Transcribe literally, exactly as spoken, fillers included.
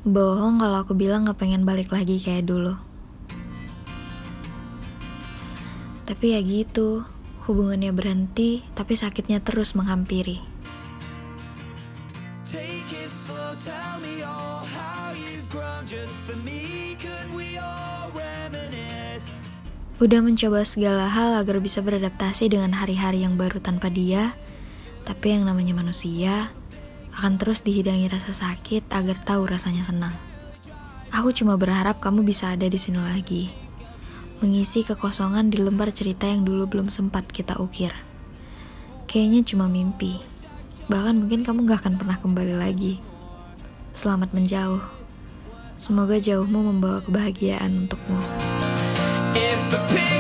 Bohong kalau aku bilang gak pengen balik lagi kayak dulu. Tapi ya gitu, hubungannya berhenti, tapi sakitnya terus menghampiri. Take it slow, tell me all how you've grown just for me. Could we all reminisce? Udah mencoba segala hal agar bisa beradaptasi dengan hari-hari yang baru tanpa dia, tapi yang namanya manusia akan terus dihidangi rasa sakit agar tahu rasanya senang. Aku cuma berharap kamu bisa ada di sini lagi, mengisi kekosongan di lembar cerita yang dulu belum sempat kita ukir. Kayaknya cuma mimpi, bahkan mungkin kamu gak akan pernah kembali lagi. Selamat menjauh. Semoga jauhmu membawa kebahagiaan untukmu. If a